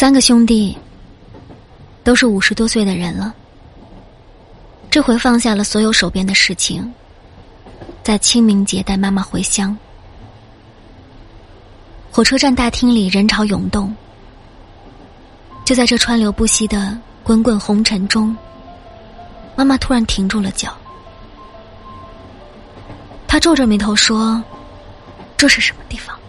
3个兄弟都是50多岁的人了，这回放下了所有手边的事情，在清明节带妈妈回乡。火车站大厅里人潮涌动，就在这川流不息的滚滚红尘中，妈妈突然停住了脚。她皱着眉头说：“这是什么地方？”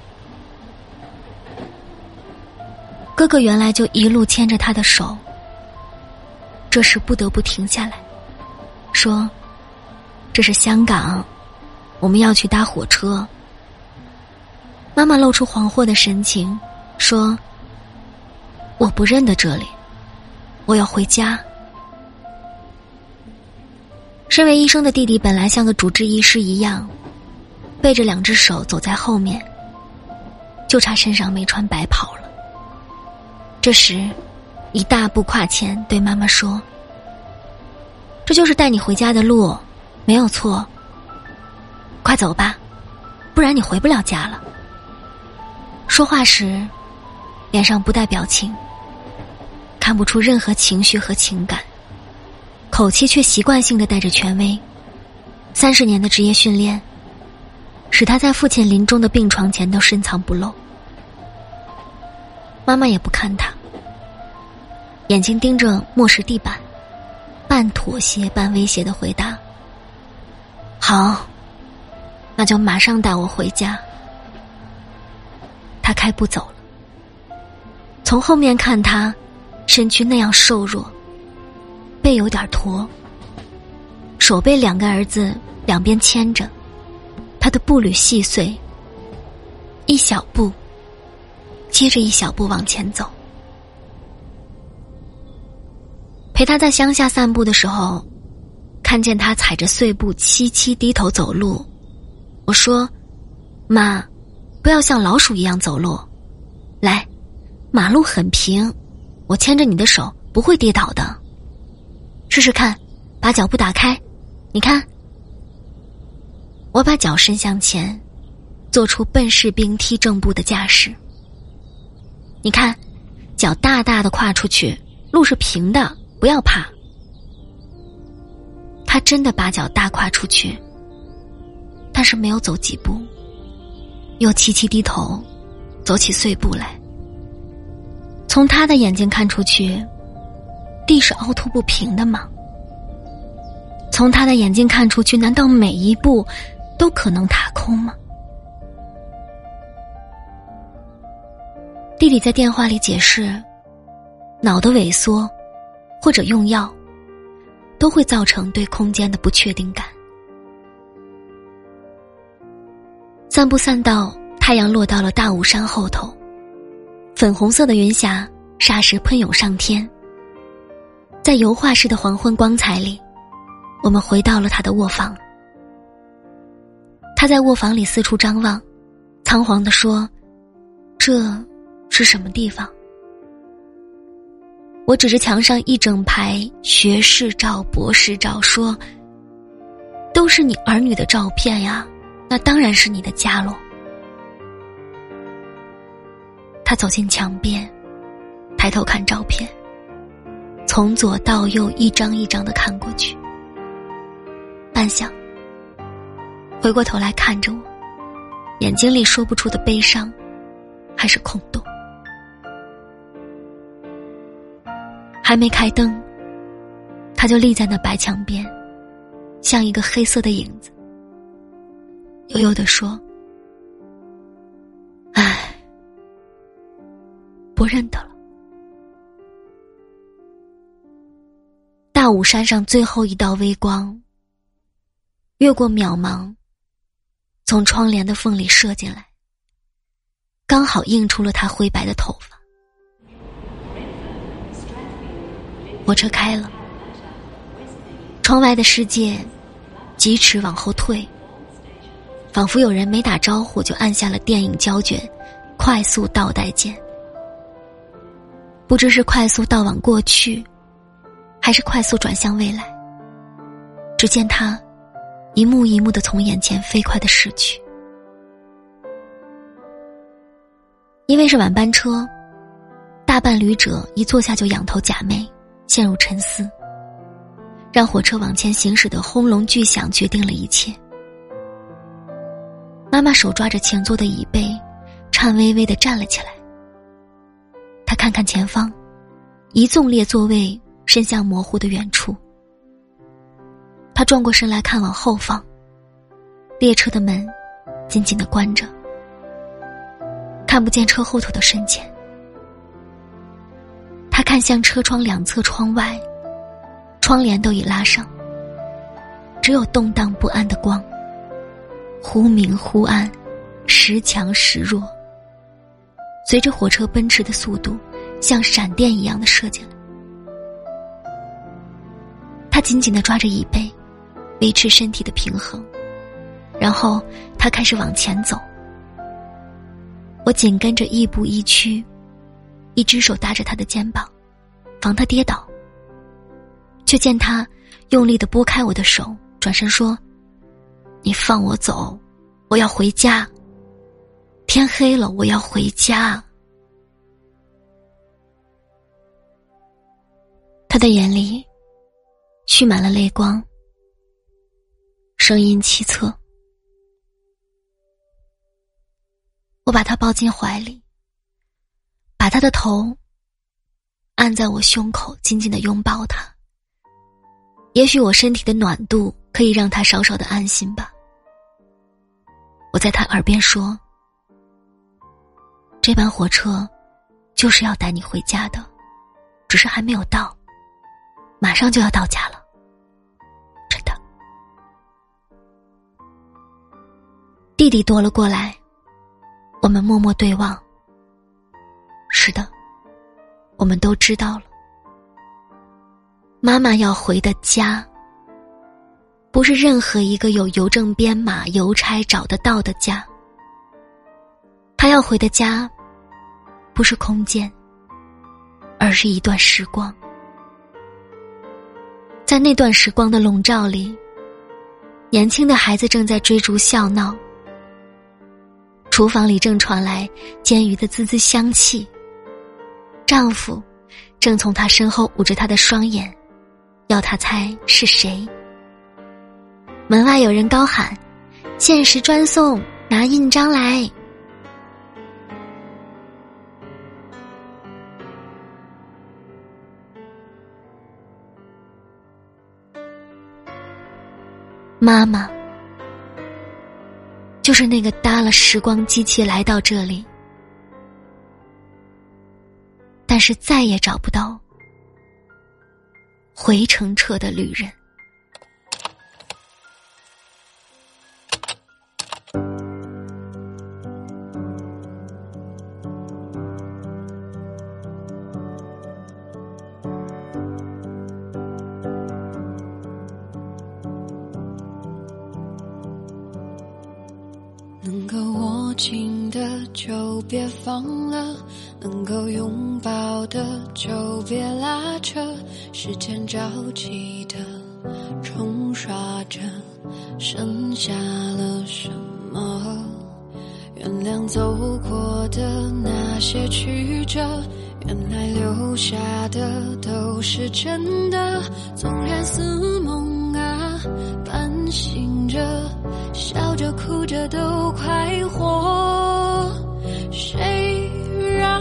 哥哥原来就一路牵着她的手，这时不得不停下来，说：“这是香港，我们要去搭火车。”妈妈露出惶惑的神情，说：“我不认得这里，我要回家。”身为医生的弟弟本来像个主治医师一样，背着2只手走在后面，就差身上没穿白袍了。这时一大步跨前对妈妈说：“这就是带你回家的路，没有错，快走吧，不然你回不了家了。”说话时脸上不带表情，看不出任何情绪和情感，口气却习惯性地带着权威。30年的职业训练使他在父亲临终的病床前都深藏不露。妈妈也不看他，眼睛盯着磨石地板，半妥协半威胁地回答：“好，那就马上带我回家。”他开步走了，从后面看他身躯那样瘦弱，背有点驼，手被2个儿子两边牵着，他的步履细碎，一小步接着一小步往前走。陪他在乡下散步的时候，看见他踩着碎步凄凄低头走路，我说：“妈，不要像老鼠一样走路，来，马路很平，我牵着你的手不会跌倒的，试试看，把脚步打开，你看。”我把脚伸向前，做出笨士兵踢正步的架势。你看，脚大大的跨出去，路是平的，不要怕。他真的把脚大跨出去，但是没有走几步，又凄凄低头走起碎步来。从他的眼睛看出去，地是凹凸不平的吗？从他的眼睛看出去，难道每一步都可能踏空吗？弟弟在电话里解释，脑的萎缩或者用药都会造成对空间的不确定感。散步散到太阳落到了大武山后头，粉红色的云霞霎时喷涌上天。在油画式的黄昏光彩里，我们回到了他的卧房。他在卧房里四处张望，仓皇地说：“这是什么地方？”我指着墙上一整排学士照、博士照，说：“都是你儿女的照片呀，那当然是你的家喽。”他走进墙边，抬头看照片，从左到右一张一张地看过去，半晌回过头来看着我，眼睛里说不出的悲伤还是空洞。还没开灯，他就立在那白墙边，像一个黑色的影子，悠悠地说：“唉，不认得了。”大武山上最后一道微光越过渺茫，从窗帘的缝里射进来，刚好映出了他灰白的头发。火车开了，窗外的世界几尺往后退，仿佛有人没打招呼就按下了电影胶卷快速倒带键。不知是快速倒往过去，还是快速转向未来，只见他一幕一幕地从眼前飞快地逝去。因为是晚班车，大大半旅者一坐下就仰头假寐，陷入沉思，让火车往前行驶的轰隆巨响决定了一切。妈妈手抓着前座的椅背，颤巍巍地站了起来。她看看前方，一纵列座位伸向模糊的远处。她转过身来看往后方，列车的门紧紧地关着，看不见车后头的深浅。她看向车窗两侧窗外，窗帘都已拉上，只有动荡不安的光，忽明忽暗，时强时弱，随着火车奔驰的速度像闪电一样的射进来。他紧紧地抓着椅背，维持身体的平衡，然后他开始往前走。我紧跟着亦步亦趋，一只手搭着他的肩膀，防他跌倒。却见他用力地拨开我的手，转身说：你放我走，我要回家，天黑了，我要回家。他的眼里蓄满了泪光，声音凄恻。我把他抱进怀里，把他的头按在我胸口，紧紧地拥抱他。也许我身体的暖度可以让他稍稍的安心吧。我在他耳边说：这班火车就是要带你回家的，只是还没有到，马上就要到家了，真的。弟弟踱了过来，我们默默对望。是的，我们都知道了，妈妈要回的家，不是任何一个有邮政编码、邮差找得到的家。她要回的家，不是空间，而是一段时光。在那段时光的笼罩里，年轻的孩子正在追逐笑闹，厨房里正传来煎鱼的滋滋香气，丈夫正从她身后捂着她的双眼，要她猜是谁。门外有人高喊：限时专送，拿印章来。妈妈就是那个搭了时光机器来到这里，但是再也找不到回程车的旅人。 能够握紧的就别放了，能够拥抱的就别拉扯，时间着急的冲刷着，剩下了什么？原谅走过的那些曲折，原来留下的都是真的，纵然似梦啊，半醒着，笑着哭着都快活。谁让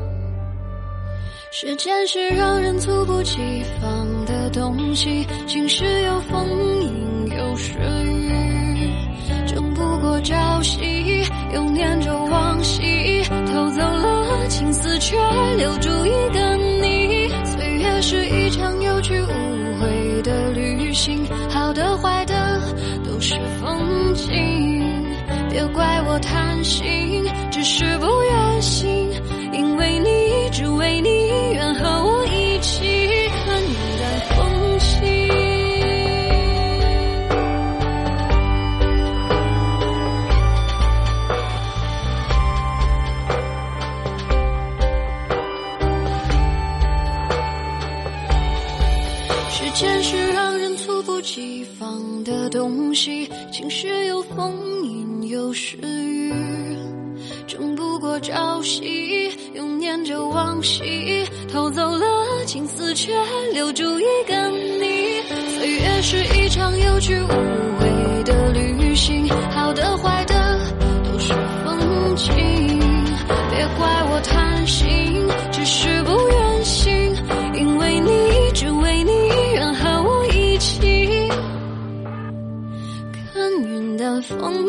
时间是让人猝不及防的东西，晴时有风，阴有时雨，争不过朝夕，又念着往昔，偷走了青丝却留住一个你。岁月是一场有去无回的旅行，好的坏的都是风景，别怪我贪心，只是不愿醒，因为你，只为你，愿和我一起看云淡风轻。时间是让人猝不及防的东西，晴时有风，阴有时雨， 争不过朝夕，又念着往昔，偷走了青丝，却留住一个你。岁月是一场有去无回的旅行，好的坏的都是风景，别怪我贪心，只是不愿醒，因为你，只为你愿和我一起看云淡风